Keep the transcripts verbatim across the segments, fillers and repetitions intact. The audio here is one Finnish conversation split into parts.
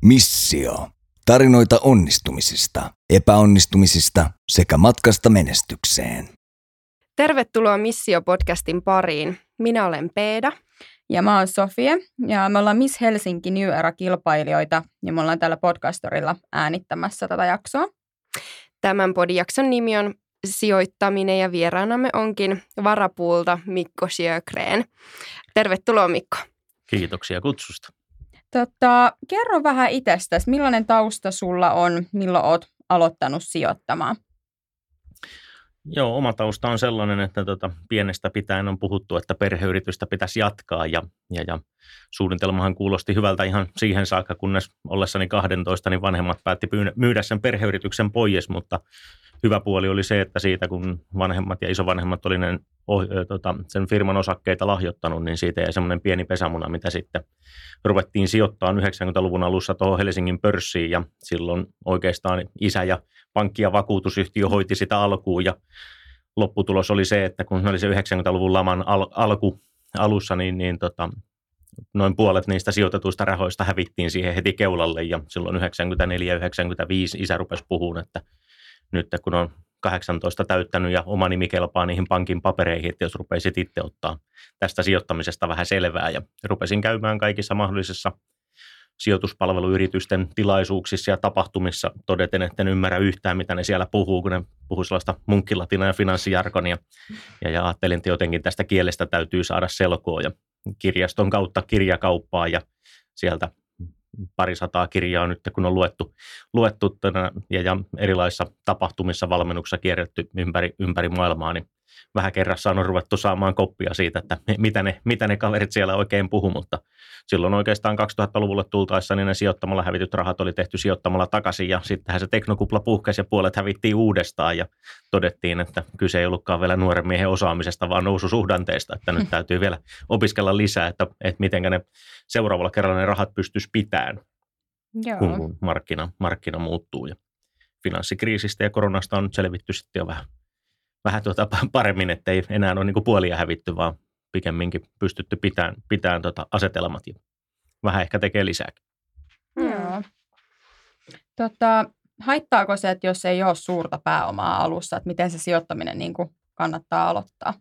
Missio. Tarinoita onnistumisista, epäonnistumisista sekä matkasta menestykseen. Tervetuloa Missio-podcastin pariin. Minä olen Peeda. Ja mä oon Sofia. Ja me ollaan Miss Helsinki New Era-kilpailijoita. Ja me ollaan täällä podcastorilla äänittämässä tätä jaksoa. Tämän podijakson nimi on Sijoittaminen ja vieraanamme onkin Varapuulta Mikko Sjögren. Tervetuloa Mikko. Kiitoksia kutsusta. Tota, kerro vähän itsestäsi, millainen tausta sulla on, milloin oot aloittanut sijoittamaan? Joo, oma tausta on sellainen, että tota, pienestä pitäen on puhuttu, että perheyritystä pitäisi jatkaa ja, ja, ja suunnitelmahan kuulosti hyvältä ihan siihen saakka, kunnes ollessani kaksitoista, niin vanhemmat päätti myydä sen perheyrityksen pois, mutta hyvä puoli oli se, että siitä kun vanhemmat ja isovanhemmat oli ne, oh, tota, sen firman osakkeita lahjoittanut, niin siitä jäi semmoinen pieni pesämuna, mitä sitten ruvettiin sijoittamaan yhdeksänkymmentäluvun alussa tuohon Helsingin pörssiin ja silloin oikeastaan isä ja pankki- ja vakuutusyhtiö hoiti sitä alkuun ja lopputulos oli se, että kun oli se yhdeksänkymmentäluvun laman al- alku alussa, niin, niin tota, noin puolet niistä sijoitetuista rahoista hävittiin siihen heti keulalle ja silloin yhdeksänkymmentäneljä yhdeksänkymmentäviisi isä rupesi puhumaan, että nyt kun on kahdeksantoista täyttänyt ja oma nimi kelpaa niihin pankin papereihin, että jos rupeisit itse ottaa tästä sijoittamisesta vähän selvää. Ja rupesin käymään kaikissa mahdollisissa sijoituspalveluyritysten tilaisuuksissa ja tapahtumissa todeten, että en ymmärrä yhtään, mitä ne siellä puhuu, kun ne puhuu sellaista munkkilatina ja finanssijargonia. Ja, ja ajattelin, että jotenkin tästä kielestä täytyy saada selkoa ja kirjaston kautta kirjakauppaa ja sieltä parisataa kirjaa nyt, kun on luettu, luettu tänä, ja, ja erilaisissa tapahtumissa, valmennuksissa kierretty ympäri, ympäri maailmaa, niin vähän kerrassaan on ruvettu saamaan koppia siitä, että mitä ne, mitä ne kaverit siellä oikein puhu, mutta silloin oikeastaan kaksituhattaluvulle tultaessa niin ne sijoittamalla hävityt rahat oli tehty sijoittamalla takaisin, ja sittenhän se teknokupla puhkesi ja puolet hävittiin uudestaan, ja todettiin, että kyse ei ollutkaan vielä nuoren miehen osaamisesta, vaan noususuhdanteesta, että nyt täytyy vielä opiskella lisää, että, että miten ne seuraavalla kerralla ne rahat pystyisi pitämään, Joo. kun markkina, markkina muuttuu, ja finanssikriisistä ja koronasta on nyt selvitty sitten jo vähän, vähän tuota paremmin, että ei enää ole niin kuin puolia hävitty, vaan pikemminkin pystytty pitämään, pitämään tuota asetelmat ja vähän ehkä tekee lisääkin. Joo. Tota, haittaako se, että jos ei ole suurta pääomaa alussa, että miten se sijoittaminen niin kuin kannattaa aloittaa?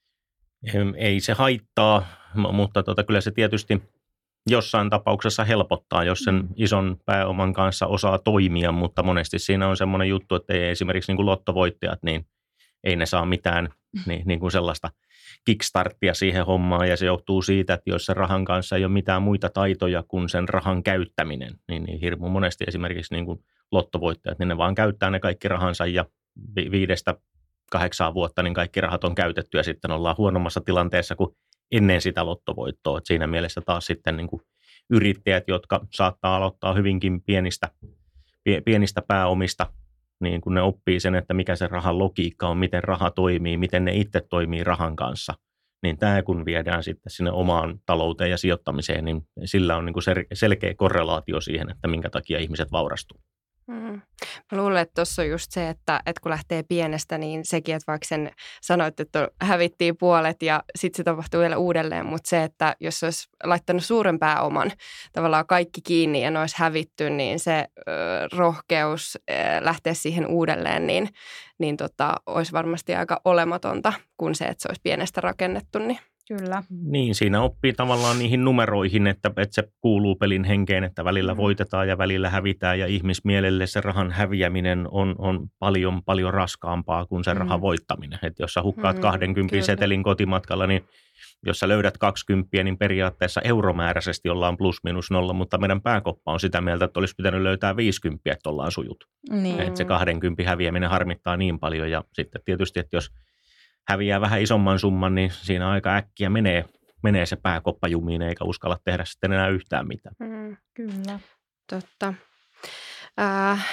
Ei se haittaa, mutta tuota, kyllä se tietysti jossain tapauksessa helpottaa, jos sen ison pääoman kanssa osaa toimia, mutta monesti siinä on semmoinen juttu, että ei esimerkiksi niin kuin lottovoittajat, niin ei ne saa mitään niin, niin kuin sellaista kickstarttia siihen hommaan, ja se johtuu siitä, että jos sen rahan kanssa ei ole mitään muita taitoja kuin sen rahan käyttäminen, niin, niin hirmu monesti esimerkiksi niin kuin lottovoittajat, niin ne vaan käyttää ne kaikki rahansa, ja vi- viidestä kahdeksaan vuotta niin kaikki rahat on käytetty, ja sitten ollaan huonommassa tilanteessa kuin ennen sitä lottovoittoa. Et siinä mielessä taas sitten niin kuin yrittäjät, jotka saattaa aloittaa hyvinkin pienistä, pienistä pääomista, niin kun ne oppii sen, että mikä se rahan logiikka on, miten raha toimii, miten ne itse toimii rahan kanssa, niin tämä kun viedään sitten sinne omaan talouteen ja sijoittamiseen, niin sillä on niin kuin selkeä korrelaatio siihen, että minkä takia ihmiset vaurastuu. Mm. Mä luulen, että tuossa on just se, että, että kun lähtee pienestä, niin sekin, että vaikka sen sanoit, että hävittiin puolet ja sitten se tapahtuu vielä uudelleen, mutta se, että jos olisi laittanut suuren pääoman tavallaan kaikki kiinni ja ne olisi hävitty, niin se ö, rohkeus ö, lähteä siihen uudelleen, niin, niin tota, olisi varmasti aika olematonta kuin se, että se olisi pienestä rakennettu. Niin. Kyllä. Niin, siinä oppii tavallaan niihin numeroihin, että, että se kuuluu pelin henkeen, että välillä voitetaan ja välillä hävitään, ja ihmismielelle se rahan häviäminen on, on paljon, paljon raskaampaa kuin se mm. rahan voittaminen. Että jos sä hukkaat mm, kaksikymmentä setelin kotimatkalla, niin jos sä löydät kaksikymmentä, niin periaatteessa euromääräisesti ollaan plus minus nolla, mutta meidän pääkoppa on sitä mieltä, että olisi pitänyt löytää viisikymmentä, että ollaan sujut. Niin. Että se kaksikymmentä häviäminen harmittaa niin paljon, ja sitten tietysti, että jos häviää vähän isomman summan, niin siinä aika äkkiä menee, menee se pääkoppa jumiin, eikä uskalla tehdä sitten enää yhtään mitään. Mm, Kyllä. totta. Äh,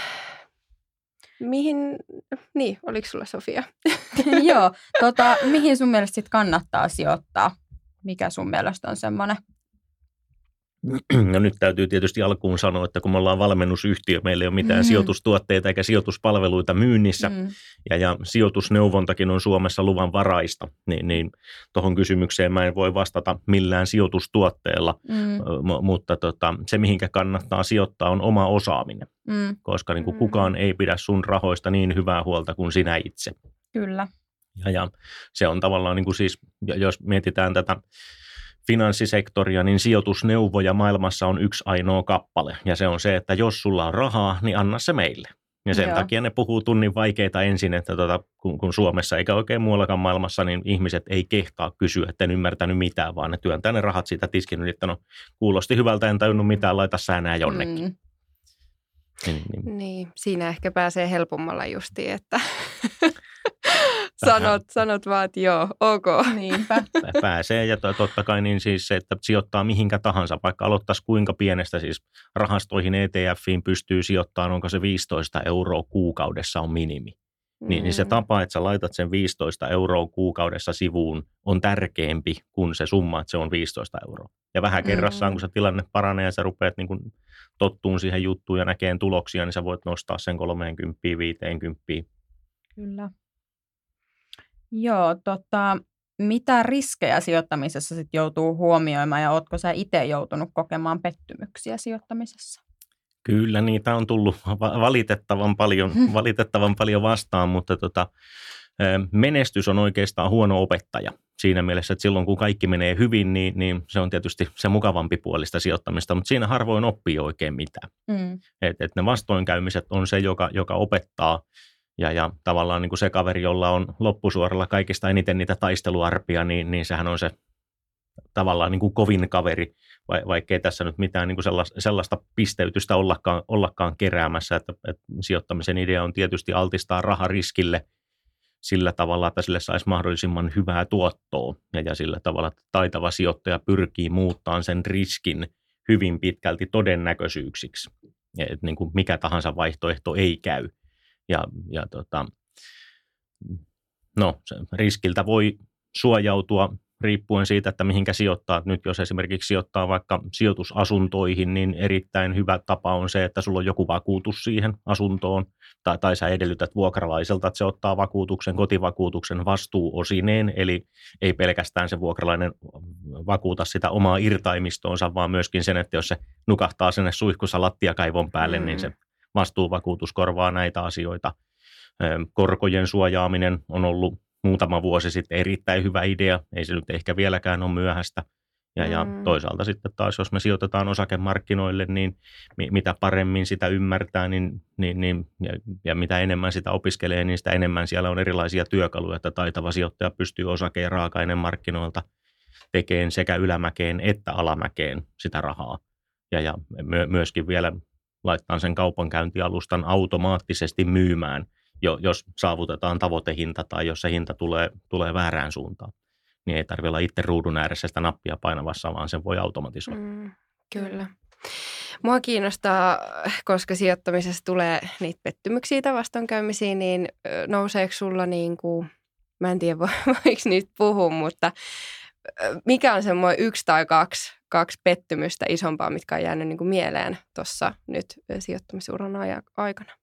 mihin, niin, oliko sulla Sofia? Joo, tota, mihin sun mielestä sit kannattaa sijoittaa? Mikä sun mielestä on semmoinen No nyt täytyy tietysti alkuun sanoa, että kun me ollaan valmennusyhtiö, meillä ei ole mitään mm. sijoitustuotteita eikä sijoituspalveluita myynnissä, mm. ja, ja sijoitusneuvontakin on Suomessa luvanvaraista, niin, niin tuohon kysymykseen mä en voi vastata millään sijoitustuotteella, mm. m- mutta tota, se mihinkä kannattaa sijoittaa on oma osaaminen, mm. koska niin kuin kukaan ei pidä sun rahoista niin hyvää huolta kuin sinä itse. Kyllä. Ja, ja se on tavallaan niin kuin siis, jos mietitään tätä finanssisektoria, niin sijoitusneuvoja maailmassa on yksi ainoa kappale. Ja se on se, että jos sulla on rahaa, niin anna se meille. Ja sen Joo. takia ne puhuu tunnin vaikeita ensin, että tota, kun, kun Suomessa eikä oikein muuallakaan maailmassa, niin ihmiset ei kehtaa kysyä, että en ymmärtänyt mitään, vaan ne työntää ne rahat siitä tiskin, että no kuulosti hyvältä, en tajunnut mitään, laita sää jonnekin. Mm. Niin, niin. niin, siinä ehkä pääsee helpommalla justiin, että sanot, sanot vaan, että joo, ok. Niinpä. Pääsee ja totta kai niin siis se, että sijoittaa mihinkä tahansa, vaikka aloittaisi kuinka pienestä, siis rahastoihin E T F:iin pystyy sijoittamaan, onko se viisitoista euroa kuukaudessa on minimi. Mm. Niin, niin se tapa, että sä laitat sen viisitoista euroa kuukaudessa sivuun on tärkeämpi kuin se summa, että se on viisitoista euroa. Ja vähän kerrassaan, mm. kun se tilanne paranee ja sä rupeat niin kuin tottuun siihen juttuun ja näkeen tuloksia, niin sä voit nostaa sen kolmekymmentä, viisikymmentä. Kyllä. Joo, tota, mitä riskejä sijoittamisessa sit joutuu huomioimaan ja ootko sä itse joutunut kokemaan pettymyksiä sijoittamisessa? Kyllä, niitä on tullut valitettavan paljon, valitettavan paljon vastaan, mutta tota, menestys on oikeastaan huono opettaja. Siinä mielessä, että silloin kun kaikki menee hyvin, niin, niin se on tietysti se mukavampi puolista sijoittamista, mutta siinä harvoin oppii oikein mitään. Mm. Et, et ne vastoinkäymiset on se, joka, joka opettaa. Ja, ja tavallaan niin kuin se kaveri, jolla on loppusuoralla kaikista eniten niitä taisteluarpia, niin, niin sehän on se tavallaan niin kuin kovin kaveri, vaikkei tässä nyt mitään niin kuin sellaista, sellaista pisteytystä ollakaan, ollakaan keräämässä. Että, että sijoittamisen idea on tietysti altistaa raha riskille sillä tavalla, että sille saisi mahdollisimman hyvää tuottoa. Ja, ja sillä tavalla, että taitava sijoittaja pyrkii muuttamaan sen riskin hyvin pitkälti todennäköisyyksiksi. Että niin kuin mikä tahansa vaihtoehto ei käy. Ja, ja tota, no, riskiltä voi suojautua riippuen siitä, että mihinkä sijoittaa. Nyt jos esimerkiksi sijoittaa vaikka sijoitusasuntoihin, niin erittäin hyvä tapa on se, että sulla on joku vakuutus siihen asuntoon, tai, tai sä edellytät vuokralaiselta, että se ottaa vakuutuksen, kotivakuutuksen vastuuosineen, eli ei pelkästään se vuokralainen vakuuta sitä omaa irtaimistoonsa, vaan myöskin sen, että jos se nukahtaa sinne suihkussa lattiakaivon päälle, mm. niin se vastuuvakuutus korvaa näitä asioita. Korkojen suojaaminen on ollut muutama vuosi sitten erittäin hyvä idea. Ei se nyt ehkä vieläkään ole myöhäistä. Ja, mm. ja toisaalta sitten taas, jos me sijoitetaan osakemarkkinoille, niin mitä paremmin sitä ymmärtää niin, niin, niin, ja, ja mitä enemmän sitä opiskelee, niin sitä enemmän siellä on erilaisia työkaluja, että taitava sijoittaja pystyy osake- ja raaka-ainemarkkinoilta tekemään sekä ylämäkeen että alamäkeen sitä rahaa. Ja, ja my, myöskin vielä laittaa sen kaupankäyntialustan automaattisesti myymään, jos saavutetaan tavoitehinta tai jos se hinta tulee, tulee väärään suuntaan. Niin ei tarvitse olla itse ruudun ääressä sitä nappia painavassa, vaan sen voi automatisoida. Mm, kyllä. Mua kiinnostaa, koska sijoittamisessa tulee niitä pettymyksiä tai vastoinkäymisiä, niin nouseeko sulla niin kuin, mä en tiedä voiko niistä puhua, mutta mikä on semmoinen yksi tai kaksi, kaksi pettymystä isompaa, mitkä on jäänyt niin kuin mieleen tuossa nyt sijoittamisuran aikana?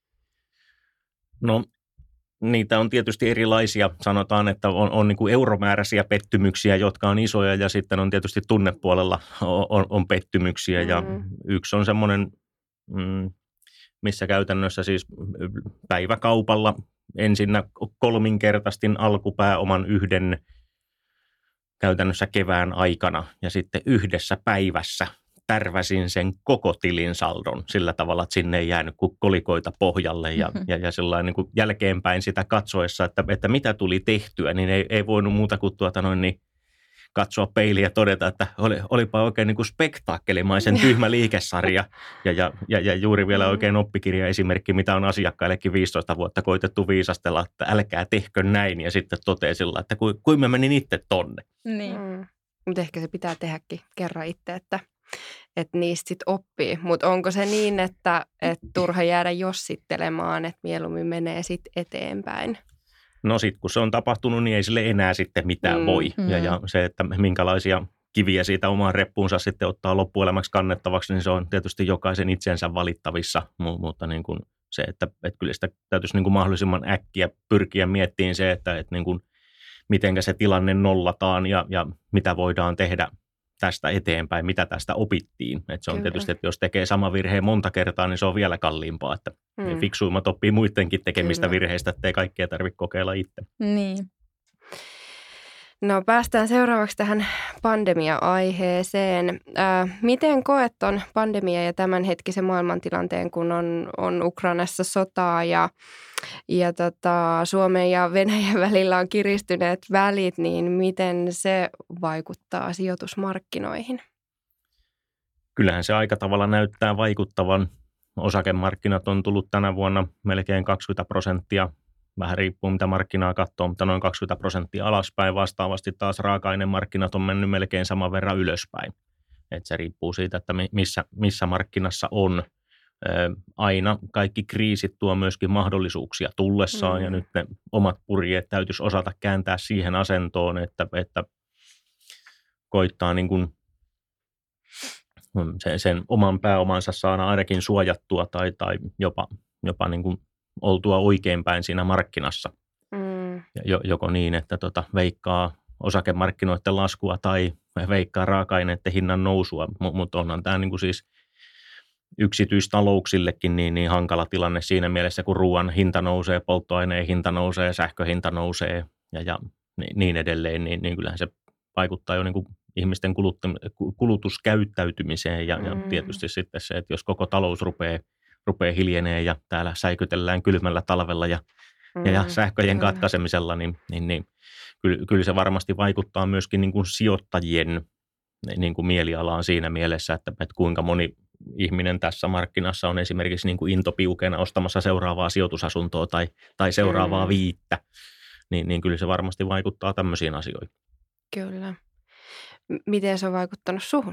No niitä on tietysti erilaisia. Sanotaan, että on, on niin kuin euromääräisiä pettymyksiä, jotka on isoja ja sitten on tietysti tunnepuolella on, on pettymyksiä mm. ja yksi on semmoinen, mm, missä käytännössä siis päiväkaupalla ensinnä kolminkertaistin alkupääoman yhden käytännössä kevään aikana ja sitten yhdessä päivässä tärväsin sen koko tilin saldon sillä tavalla, että sinne ei jäänyt kuin kolikoita pohjalle ja, mm-hmm. ja, ja sellainen niin kuin jälkeenpäin sitä katsoessa, että, että mitä tuli tehtyä, niin ei, ei voinut muuta kuin tuota noin niin katsoa peiliä ja todeta, että oli, olipa oikein niin kuin spektaakkelimaisen tyhmä liikesarja ja, ja, ja, ja juuri vielä oikein oppikirja esimerkki, mitä on asiakkaillekin viisitoista vuotta koitettu viisastella, että älkää tehkö näin ja sitten toteaa sillä, että kuin, kuin mä menin itse tonne. Niin. Mm. Mutta ehkä se pitää tehdäkin kerran itse, että että niistä sitten oppii. Mutta onko se niin, että et turha jäädä jossittelemaan, että mieluummin menee sitten eteenpäin? No sitten kun se on tapahtunut, niin ei sille enää sitten mitään mm, voi. Mm. Ja, ja se, että minkälaisia kiviä siitä omaan reppuunsa sitten ottaa loppuelämäksi kannettavaksi, niin se on tietysti jokaisen itsensä valittavissa, mutta niin kuin se, että, että kyllä sitä täytyisi niin kuin mahdollisimman äkkiä pyrkiä miettimään se, että, että niin kuin miten se tilanne nollataan ja, ja mitä voidaan tehdä tästä eteenpäin, mitä tästä opittiin. Että se on Kyllä. tietysti, että jos tekee sama virheen monta kertaa, niin se on vielä kalliimpaa, että mm. fiksuimmat oppii muidenkin tekemistä Kyllä. virheistä, ettei kaikkea tarvitse kokeilla itse. Niin. No päästään seuraavaksi tähän pandemia-aiheeseen. Äh, miten koet ton pandemia ja tämänhetkisen maailmantilanteen, kun on, on Ukrainassa sotaa ja, ja tota, Suomen ja Venäjän välillä on kiristyneet välit, niin miten se vaikuttaa sijoitusmarkkinoihin? Kyllähän se aika tavalla näyttää vaikuttavan. Osakemarkkinat on tullut tänä vuonna melkein kaksikymmentä prosenttia. Vähän riippuu, mitä markkinaa katsoo, mutta noin kaksikymmentä prosenttia alaspäin. Vastaavasti taas raaka-ainemarkkinat on mennyt melkein saman verran ylöspäin. Et se riippuu siitä, että missä, missä markkinassa on. Aina kaikki kriisit tuo myöskin mahdollisuuksia tullessaan, mm. ja nyt ne omat purjeet täytyisi osata kääntää siihen asentoon, että, että koittaa niin kuin sen, sen oman pääomansa saada ainakin suojattua tai, tai jopa, jopa niin kuin oltua oikeinpäin siinä markkinassa. Mm. Joko niin, että tota, veikkaa osakemarkkinoiden laskua tai veikkaa raaka-aineiden hinnan nousua, mutta onhan tämä niin kuin siis yksityistalouksillekin niin, niin hankala tilanne siinä mielessä, kun ruoan hinta nousee, polttoaineen hinta nousee, sähköhinta nousee ja, ja niin edelleen, niin, niin kyllähän se vaikuttaa jo niin kuin ihmisten kulutuskäyttäytymiseen ja, mm. ja tietysti sitten se, että jos koko talous rupeaa rupeaa hiljenee ja täällä säikytellään kylmällä talvella ja, mm, ja, ja sähköjen kyllä. katkaisemisella, niin, niin, niin kyllä, kyllä se varmasti vaikuttaa myöskin niin kuin sijoittajien niin kuin mielialaan siinä mielessä, että, että kuinka moni ihminen tässä markkinassa on esimerkiksi niin kuin intopiukeena ostamassa seuraavaa sijoitusasuntoa tai, tai seuraavaa mm. viittä, niin, niin kyllä se varmasti vaikuttaa tämmöisiin asioihin. Kyllä. Miten se on vaikuttanut suhun?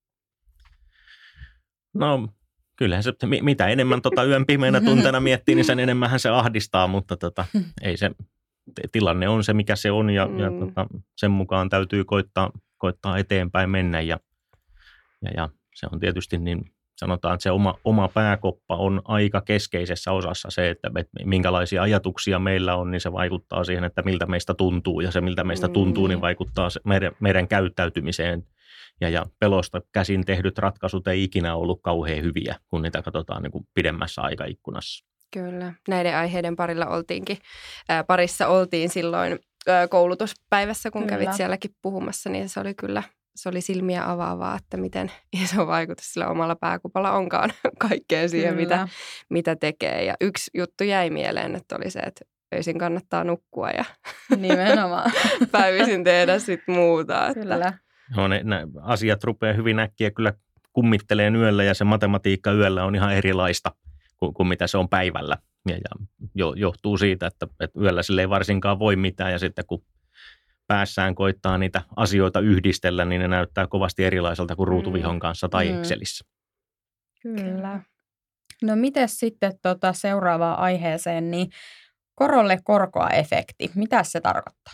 No kyllähän se, mitä enemmän tota yön pimeänä tunteena miettii, niin sen enemmän se ahdistaa, mutta tota, ei se, tilanne on se, mikä se on, ja, mm. ja tota, sen mukaan täytyy koittaa, koittaa eteenpäin mennä, ja, ja, ja se on tietysti niin, sanotaan, että se oma, oma pääkoppa on aika keskeisessä osassa se, että, että minkälaisia ajatuksia meillä on, niin se vaikuttaa siihen, että miltä meistä tuntuu, ja se miltä meistä tuntuu, niin vaikuttaa meidän, meidän käyttäytymiseen. Ja, ja pelosta käsin tehdyt ratkaisut ei ikinä ollut kauhean hyviä, kun niitä katsotaan niin kuin pidemmässä aikaikkunassa. Kyllä. Näiden aiheiden parilla oltiinkin, ää, parissa oltiin silloin ää, koulutuspäivässä, kun kyllä. kävit sielläkin puhumassa, niin se oli kyllä se oli silmiä avaavaa, että miten iso vaikutus sillä omalla pääkupalla onkaan kaikkeen siihen, mitä, mitä tekee. Ja yksi juttu jäi mieleen, että oli se, että öisin kannattaa nukkua ja nimenomaan päivisin tehdä sitten muuta. Että. Kyllä. No, ne, ne asiat rupeaa hyvin äkkiä kyllä kummittelee yöllä ja se matematiikka yöllä on ihan erilaista kuin, kuin mitä se on päivällä. Ja, ja jo, johtuu siitä, että, että yöllä sille ei varsinkaan voi mitään ja sitten kun päässään koittaa niitä asioita yhdistellä, niin ne näyttää kovasti erilaiselta kuin ruutuvihon kanssa tai mm. Excelissä. Kyllä. No miten sitten tota seuraavaan aiheeseen, niin korolle korkoa efekti, mitä se tarkoittaa?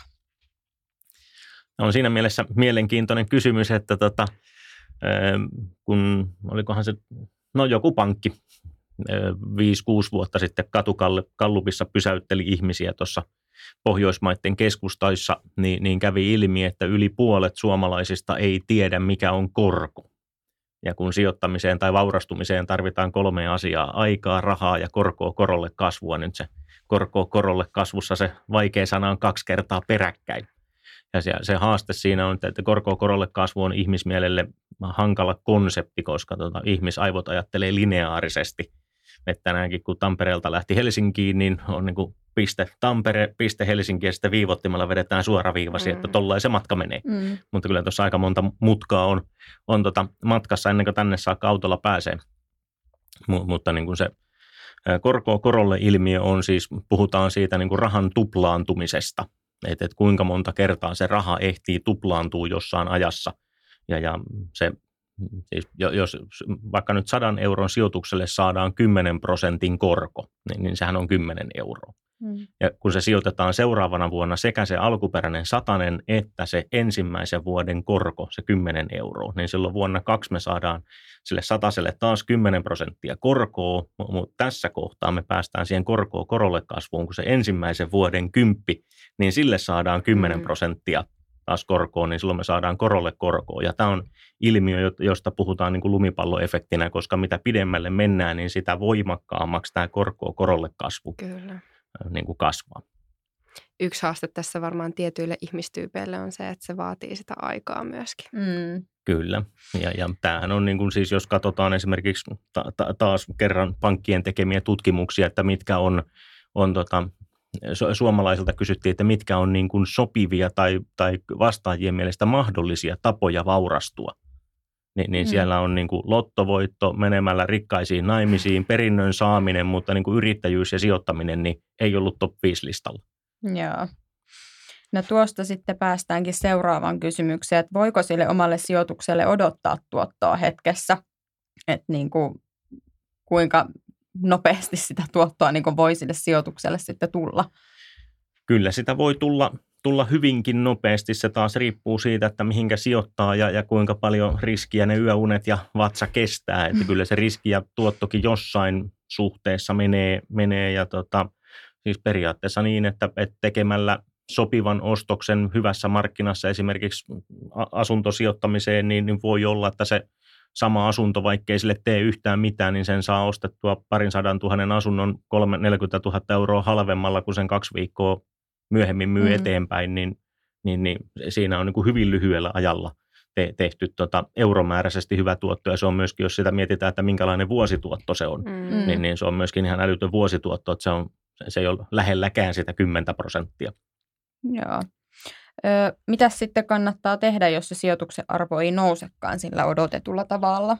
On siinä mielessä mielenkiintoinen kysymys, että tota, kun olikohan se, no joku pankki viisi kuusi vuotta sitten katukallupissa pysäytteli ihmisiä tuossa Pohjoismaiden keskustoissa, niin, niin kävi ilmi, että yli puolet suomalaisista ei tiedä, mikä on korko. Ja kun sijoittamiseen tai vaurastumiseen tarvitaan kolmea asiaa, aikaa, rahaa ja korkoa korolle kasvua, nyt se korkoa korolle kasvussa se vaikea sana on kaksi kertaa peräkkäin. Ja se, se haaste siinä on, että korkoa korolle kasvu on ihmismielelle hankala konsepti, koska tuota, ihmisaivot ajattelee lineaarisesti. Että tänäänkin kun Tampereelta lähti Helsinkiin, niin on niin kuin piste Tampere, piste Helsinki ja sitten viivottimella vedetään suoraviivasi, mm. että tollain se matka menee. Mm. Mutta kyllä tuossa aika monta mutkaa on, on tota matkassa ennen kuin tänne saakka autolla pääsee. M- mutta niin kuin se korkoa korolle ilmiö on siis, puhutaan siitä niin kuin rahan tuplaantumisesta. Että et kuinka monta kertaa se raha ehtii tuplaantua jossain ajassa. Ja, ja se, siis jos vaikka nyt sadan euron sijoitukselle saadaan kymmenen prosentin korko, niin, niin sehän on kymmenen euroa. Mm. Ja kun se sijoitetaan seuraavana vuonna sekä se alkuperäinen satanen että se ensimmäisen vuoden korko, se kymmenen euroa, niin silloin vuonna kaksi me saadaan sille sataselle taas kymmenen prosenttia korkoa, mutta tässä kohtaa me päästään siihen korkoa korolle kasvuun, kun se ensimmäisen vuoden kymppi, niin sille saadaan kymmenen prosenttia taas korkoa, niin silloin me saadaan korolle korkoa. Ja tämä on ilmiö, josta puhutaan niin kuin lumipalloefektinä, koska mitä pidemmälle mennään, niin sitä voimakkaammaksi tämä korkoa korolle kasvu Kyllä. Niin kuin kasvaa. Yksi haaste tässä varmaan tietyille ihmistyypeille on se, että se vaatii sitä aikaa myöskin. Mm. Kyllä. Ja, ja tämähän on niin kuin siis, jos katsotaan esimerkiksi ta- ta- taas kerran pankkien tekemiä tutkimuksia, että mitkä on, on tota, suomalaisilta kysyttiin, että mitkä on niin kuin sopivia tai, tai vastaajien mielestä mahdollisia tapoja vaurastua. Ni, niin mm. siellä on niin kuin lottovoitto menemällä rikkaisiin naimisiin, perinnön saaminen, mutta niin kuin yrittäjyys ja sijoittaminen niin ei ollut top viisi listalla. Joo. No tuosta sitten päästäänkin seuraavaan kysymykseen, että voiko sille omalle sijoitukselle odottaa tuottoa hetkessä, että niin kuin, kuinka nopeasti sitä tuottoa niin kuin voi sille sijoitukselle sitten tulla? Kyllä sitä voi tulla, tulla hyvinkin nopeasti, se taas riippuu siitä, että mihinkä sijoittaa ja, ja kuinka paljon riskiä ne yöunet ja vatsa kestää, että kyllä se riski ja tuottokin jossain suhteessa menee, menee ja tota, siis periaatteessa niin, että, että tekemällä sopivan ostoksen hyvässä markkinassa esimerkiksi asuntosijoittamiseen, niin, niin voi olla, että se sama asunto, vaikkei sille tee yhtään mitään, niin sen saa ostettua parin sadan tuhannen asunnon kolme neljäkymmentä tuhatta euroa halvemmalla, kun sen kaksi viikkoa myöhemmin myy mm. eteenpäin, niin, niin, niin siinä on niin kuin hyvin lyhyellä ajalla te, tehty tota euromääräisesti hyvä tuotto, ja se on myöskin, jos sitä mietitään, että minkälainen vuosituotto se on, mm. niin, niin se on myöskin ihan älytön vuosituotto, että se, on, se ei ole lähelläkään sitä kymmentä prosenttia. Joo. Ö, mitäs sitten kannattaa tehdä, jos se sijoituksen arvo ei nousekaan sillä odotetulla tavalla?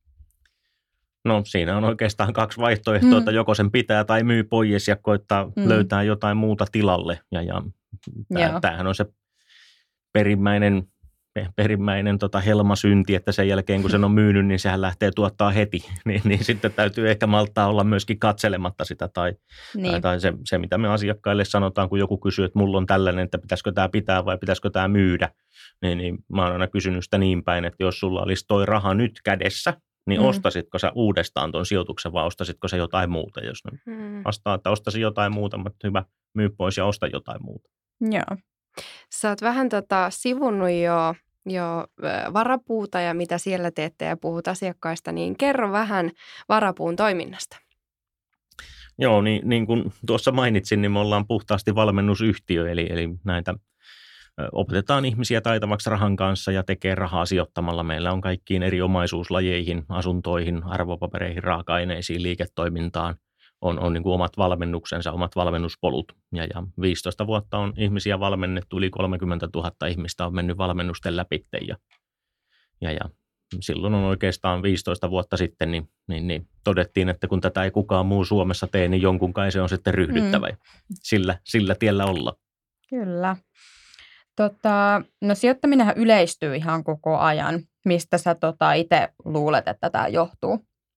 No siinä on oikeastaan kaksi vaihtoehtoa, mm. että joko sen pitää tai myy pois ja koittaa mm. löytää jotain muuta tilalle. Ja, ja tää, tämähän on se perimmäinen, perimmäinen tota helmasynti, että sen jälkeen kun sen on myynyt, niin sehän lähtee tuottaa heti. Niin, niin sitten täytyy ehkä malttaa olla myöskin katselematta sitä. Tai, niin. tai, tai se, se, mitä me asiakkaille sanotaan, kun joku kysyy, että mulla on tällainen, että pitäisikö tämä pitää vai pitäisikö tämä myydä. Niin, niin mä oon aina kysynyt sitä niin päin, että jos sulla olisi toi raha nyt kädessä, niin mm. ostasitko sä uudestaan tuon sijoituksen vai ostasitko sä jotain muuta? Jos ne mm. vastaa, että ostaisin jotain muuta, mutta hyvä, myy pois ja osta jotain muuta. Joo. Sä oot vähän tota sivunnut jo, jo varapuuta ja mitä siellä teette ja puhut asiakkaista, niin kerro vähän varapuun toiminnasta. Joo, niin, niin kuin tuossa mainitsin, niin me ollaan puhtaasti valmennusyhtiö, eli, eli näitä opetetaan ihmisiä taitavaksi rahan kanssa ja tekee rahaa sijoittamalla. Meillä on kaikkiin eri omaisuuslajeihin, asuntoihin, arvopapereihin, raaka-aineisiin, liiketoimintaan. On, on niin kuin omat valmennuksensa, omat valmennuspolut. Ja, ja viisitoista vuotta on ihmisiä valmennettu, yli kolmekymmentätuhatta ihmistä on mennyt valmennusten läpi. Ja, ja, ja silloin on oikeastaan viisitoista vuotta sitten, niin, niin, niin todettiin, että kun tätä ei kukaan muu Suomessa tee, niin jonkun kai se on sitten ryhdyttävä. Mm. Sillä, sillä tiellä olla. Kyllä. Tota, no sijoittaminenhan yleistyy ihan koko ajan. Mistä sä tota, itse luulet, että tämä johtuu?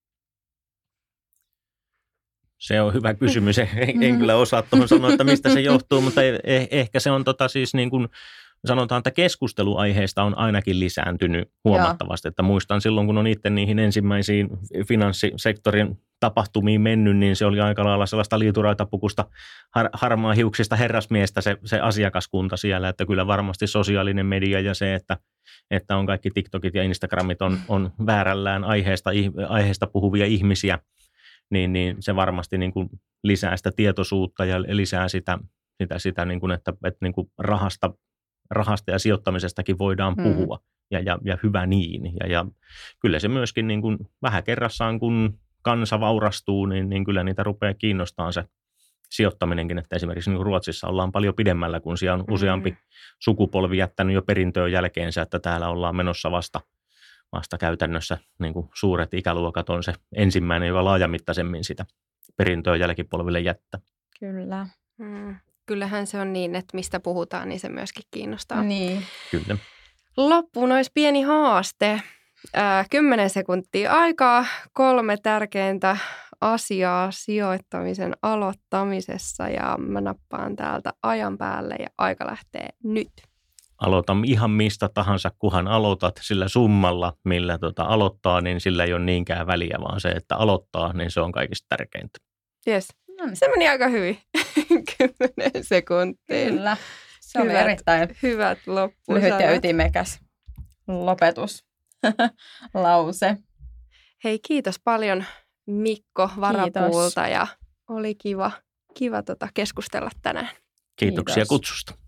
Se on hyvä kysymys. En, en kyllä osaa tuohon sanoa, että mistä se johtuu, mutta eh, ehkä se on tota siis niin kuin sanotaan, että keskusteluaiheista on ainakin lisääntynyt huomattavasti. Että muistan silloin, kun on itse niihin ensimmäisiin finanssisektorin tapahtumiin mennyt, niin se oli aika lailla sellaista liituraitapukusta har- harmaa hiuksista herrasmiestä se, se asiakaskunta siellä, että kyllä varmasti sosiaalinen media ja se, että, että on kaikki TikTokit ja Instagramit on, on väärällään aiheesta, aiheesta puhuvia ihmisiä, niin, niin se varmasti niin kuin lisää sitä tietoisuutta ja lisää sitä, sitä, sitä niin kuin, että, että niin kuin rahasta, rahasta ja sijoittamisestakin voidaan puhua, mm. ja, ja, ja hyvä niin. Ja, ja kyllä se myöskin niin kuin vähän kerrassaan, kun kansa vaurastuu, niin, niin kyllä niitä rupeaa kiinnostamaan se sijoittaminenkin, että esimerkiksi niin kuin Ruotsissa ollaan paljon pidemmällä, kun siellä on useampi mm. sukupolvi jättänyt jo perintöön jälkeensä, että täällä ollaan menossa vasta, vasta käytännössä, niin kuin suuret ikäluokat on se ensimmäinen, joka laajamittaisemmin sitä perintöä jälkipolville jättää. Kyllä. Mm. Kyllähän se on niin, että mistä puhutaan, niin se myöskin kiinnostaa. Niin. Kyllä. Loppuun olisi pieni haaste. Kymmenen sekuntia aikaa, kolme tärkeintä asiaa sijoittamisen aloittamisessa ja mä nappaan täältä ajan päälle ja aika lähtee nyt. Aloita ihan mistä tahansa, kunhan aloitat sillä summalla, millä tota aloittaa, niin sillä ei ole niinkään väliä, vaan se, että aloittaa, niin se on kaikista tärkeintä. Jes, se meni aika hyvin, kymmenen sekuntia. Kyllä, se oli hyvät, erittäin hyvät loppusanat. Lyhyt ja ytimekäs lopetus, lause. Hei, kiitos paljon Mikko Varapuulta ja oli kiva, kiva tota keskustella tänään. Kiitoksia Kiitos. kutsusta.